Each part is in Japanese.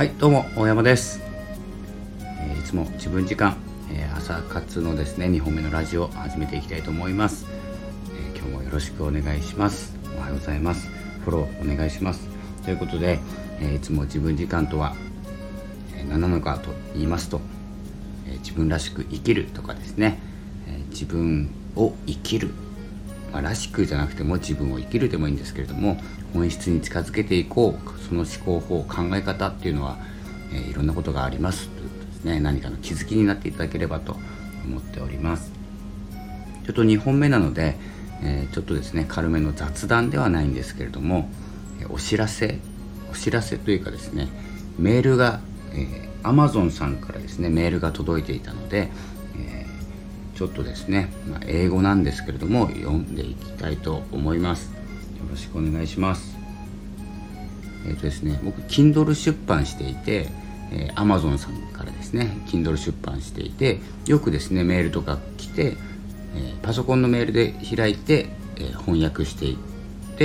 はい、どうも大山です。いつも自分時間、朝活のですね2本目のラジオを始めていきたいと思います。今日もよろしくお願いします。おはようございます。フォローお願いします。ということで、いつも自分時間とは何なのかと言いますと、自分らしく生きるとかですね、自分を生きる、らしくじゃなくても自分を生きるでもいいんですけれども、本質に近づけていこう、その思考法、考え方っていうのは、いろんなことがありますということですね。何かの気づきになっていただければと思っております。ちょっと2本目なので、ちょっとですね軽めの雑談ではないんですけれども、お知らせというかですね、メールが、Amazon さんからですねメールが届いていたので、ちょっとですね、英語なんですけれども読んでいきたいと思います。よろしくお願いします。ですね、僕 Kindle 出版していて、Amazon さんからですね Kindle 出版していて、よくですねメールとか来て、パソコンのメールで開いて、翻訳していって、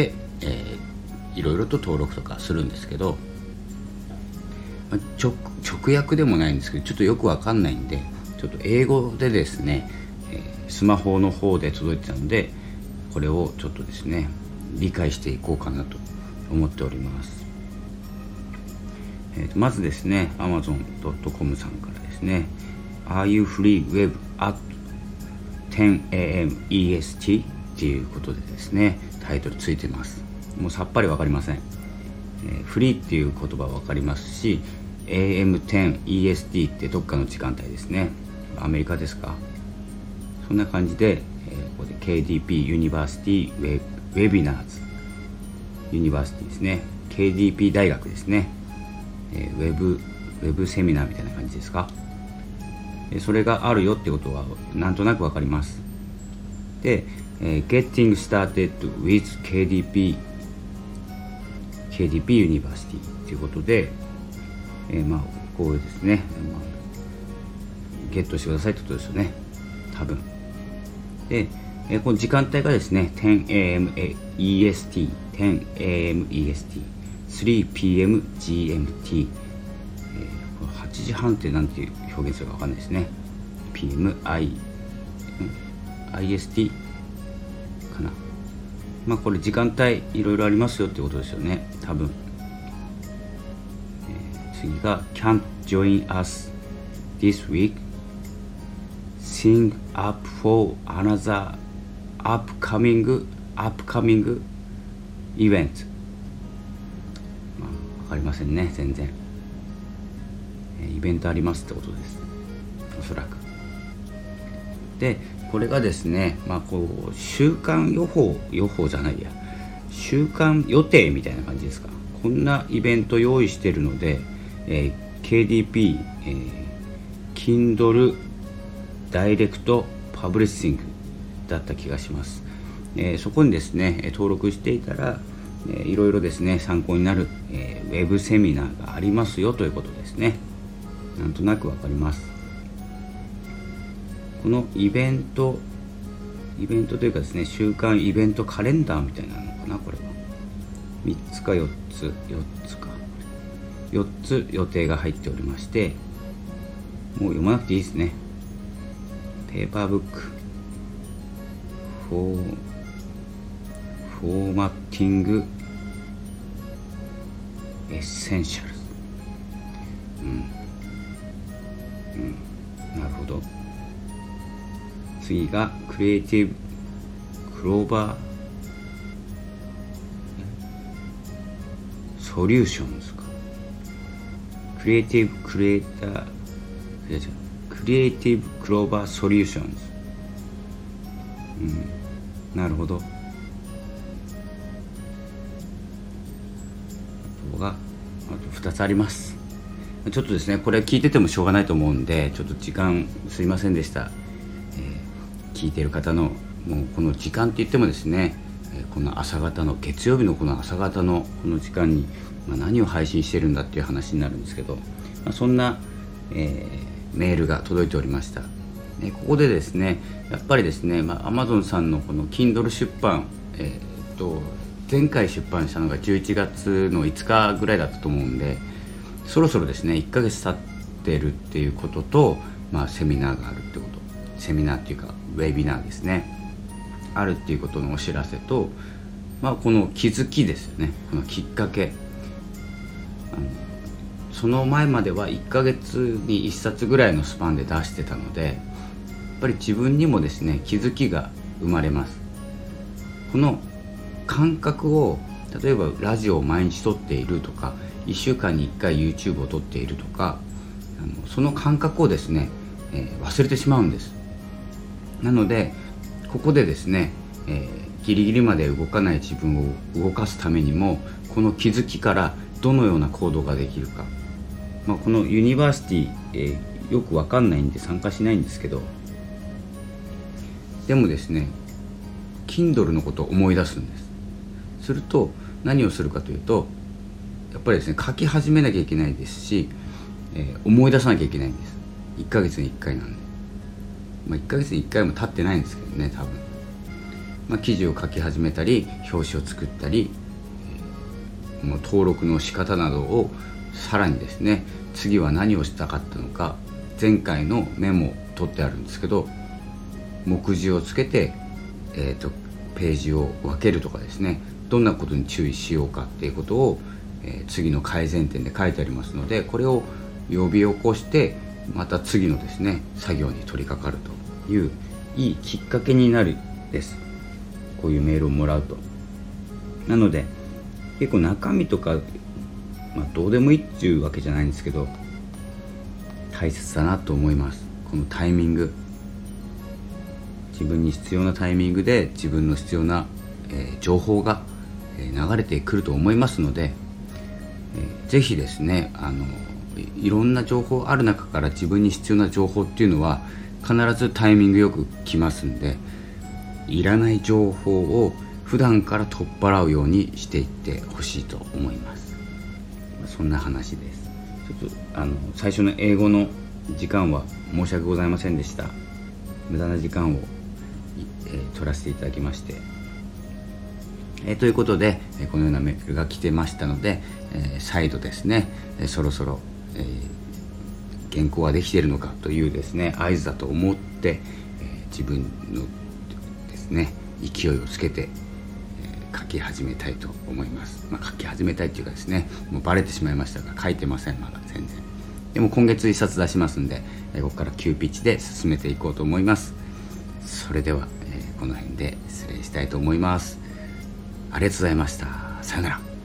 いろいろと登録とかするんですけど、直訳でもないんですけど、ちょっとよくわかんないんで、ちょっと英語でですね、スマホの方で届いてたので、これをちょっとですね理解していこうかなと思っております。まずですね Amazon.com さんからですね、 Are you free web at 10 a.m. EST っていうことでですねタイトルついてます。もうさっぱりわかりません。フリーっていう言葉はわかりますし、 AM10 EST ってどっかの時間帯ですね。アメリカですか。そんな感じで、ここで KDP ユニバーシティウェビナーズユニバーシティですね。 KDP 大学ですね。ウェブセミナーみたいな感じですか。それがあるよってことはなんとなくわかります。で、Getting started with KDP ユニバーシティということで、こうですね、ゲットしてくださいってことですよね、多分。で、この時間帯がですね 10am EST 10am EST 3pm GMT、8時半ってなんていう表現するか分かんないですね。 IST かな。これ時間帯いろいろありますよってことですよね、多分。次が Can't join us this week, sing up for another upcoming event。わかりませんね、全然。イベントありますってことです、おそらく。で、これがですね、こう週間予報じゃないや、週間予定みたいな感じですか。こんなイベント用意してるので、KDP、Kindle Direct Publishing だった気がします。そこにですね登録していたら、いろいろですね参考になる、ウェブセミナーがありますよということですね。なんとなくわかります。このイベントというかですね、週間イベントカレンダーみたいなのかな。これは3つか4つ予定が入っておりまして、もう読まなくていいですね。ペーパーブックフォーマッティングエッセンシャルズ。なるほど。次がクリエイティブクローバーソリューションズか。クリエイティブクローバーソリューションズ。なるほど。あと2つあります。ちょっとですねこれ聞いててもしょうがないと思うんで、ちょっと時間すいませんでした。聞いてる方のもうこの時間って言ってもですね、この朝方の月曜日のこの朝方のこの時間に、何を配信してるんだっていう話になるんですけど、そんな、メールが届いておりました。ここでですねやっぱりですね、Amazon さんのこの Kindle 出版、前回出版したのが11月の5日ぐらいだったと思うんで、 そろそろですね1ヶ月経ってるっていうことと、セミナーがあるってこと、セミナーっていうかウェビナーですねあるっていうことのお知らせと、この気づきですよね。このきっかけ、その前までは1ヶ月に1冊ぐらいのスパンで出してたので、やっぱり自分にもですね気づきが生まれます。この感覚を、例えばラジオを毎日撮っているとか、1週間に1回 YouTube を撮っているとか、その感覚をですね、忘れてしまうんです。なのでここでですね、ギリギリまで動かない自分を動かすためにも、この気づきからどのような行動ができるか、このユニバーシティ、よくわかんないんで参加しないんですけど、でもですね Kindle のことを思い出すんです。すると何をするかというと、やっぱりですね書き始めなきゃいけないですし、思い出さなきゃいけないんです。1ヶ月に1回なんで、1ヶ月に1回も経ってないんですけどね、多分、記事を書き始めたり表紙を作ったり、もう登録の仕方などをさらにですね、次は何をしたかったのか、前回のメモを取ってあるんですけど、目次をつけて、ページを分けるとかですね、どんなことに注意しようかっていうことを、次の改善点で書いてありますので、これを呼び起こしてまた次のですね作業に取り掛かるといういいきっかけになるです。こういうメールをもらうと。なので結構中身とか、どうでもいいっていうわけじゃないんですけど、大切だなと思います。このタイミング、自分に必要なタイミングで自分の必要な、情報が、流れてくると思いますので、ぜひですねいろんな情報ある中から自分に必要な情報っていうのは必ずタイミングよく来ますんで、いらない情報を普段から取っ払うようにしていってほしいと思います。そんな話です。ちょっと最初の英語の時間は申し訳ございませんでした。無駄な時間を、取らせていただきまして、ということで、このようなメールが来てましたので、再度ですね、そろそろ、原稿はできているのかというですね合図だと思って、自分のですね勢いをつけて、書き始めたいと思います。書き始めたいというかですね、もうバレてしまいましたが書いてません、まだ全然。でも今月1冊出しますんで、ここから急ピッチで進めていこうと思います。それでは、この辺で失礼したいと思います。ありがとうございました。さよなら。